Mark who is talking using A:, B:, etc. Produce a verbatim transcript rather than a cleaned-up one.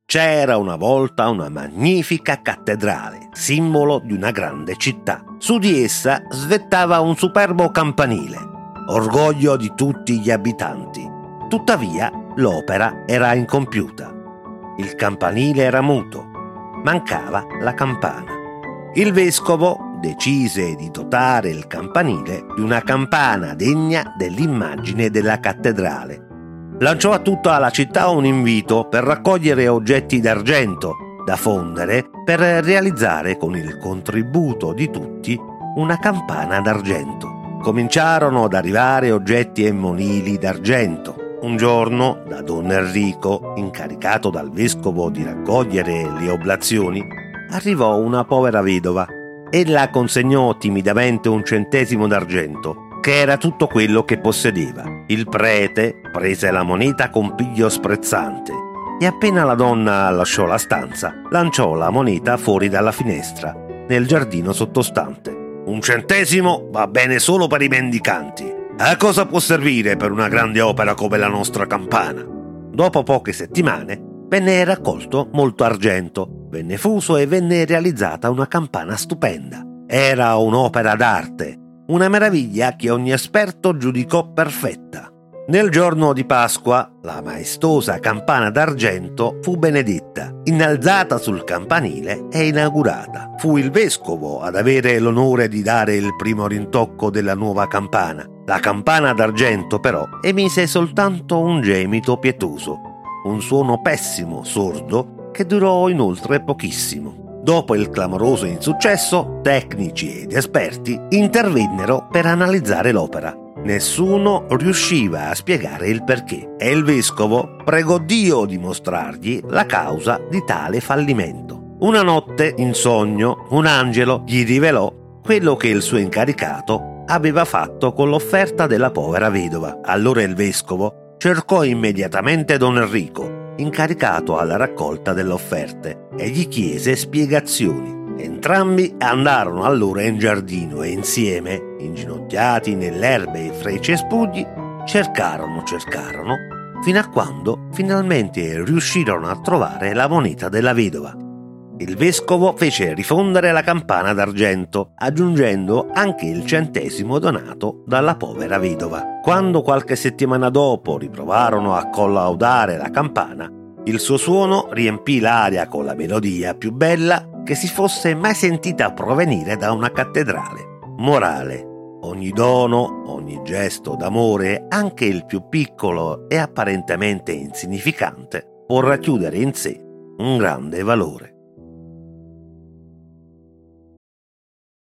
A: C'era una volta una magnifica cattedrale, simbolo di una grande città. Su di essa svettava un superbo campanile, orgoglio di tutti gli abitanti. Tuttavia, l'opera era incompiuta. Il campanile era muto, mancava la campana. Il vescovo decise di dotare il campanile di una campana degna dell'immagine della cattedrale. Lanciò a tutta la città un invito per raccogliere oggetti d'argento da fondere per realizzare con il contributo di tutti una campana d'argento. Cominciarono ad arrivare oggetti e monili d'argento. Un giorno, da Don Enrico, incaricato dal vescovo di raccogliere le oblazioni, arrivò una povera vedova. Ella consegnò timidamente un centesimo d'argento, che era tutto quello che possedeva. Il prete prese la moneta con piglio sprezzante e appena la donna lasciò la stanza, lanciò la moneta fuori dalla finestra, nel giardino sottostante. Un centesimo va bene solo per i mendicanti. A cosa può servire per una grande opera come la nostra campana? Dopo poche settimane venne raccolto molto argento, venne fuso e venne realizzata una campana stupenda. Era un'opera d'arte, una meraviglia che ogni esperto giudicò perfetta. Nel giorno di Pasqua, la maestosa campana d'argento fu benedetta, innalzata sul campanile e inaugurata. Fu il vescovo ad avere l'onore di dare il primo rintocco della nuova campana. La campana d'argento, però, emise soltanto un gemito pietoso, un suono pessimo, sordo, che durò inoltre pochissimo. Dopo il clamoroso insuccesso, tecnici ed esperti intervennero per analizzare l'opera. Nessuno riusciva a spiegare il perché e il vescovo pregò Dio di mostrargli la causa di tale fallimento. Una notte, in sogno, un angelo gli rivelò quello che il suo incaricato aveva fatto con l'offerta della povera vedova. Allora il vescovo cercò immediatamente Don Enrico, incaricato alla raccolta delle offerte, e gli chiese spiegazioni. Entrambi andarono allora in giardino e insieme, inginocchiati nell'erbe e fra i cespugli, cercarono, cercarono, fino a quando finalmente riuscirono a trovare la moneta della vedova. Il vescovo fece rifondere la campana d'argento, aggiungendo anche il centesimo donato dalla povera vedova. Quando qualche settimana dopo riprovarono a collaudare la campana, il suo suono riempì l'aria con la melodia più bella che si fosse mai sentita provenire da una cattedrale. Morale: ogni dono, ogni gesto d'amore, anche il più piccolo e apparentemente insignificante, può racchiudere in sé un grande valore.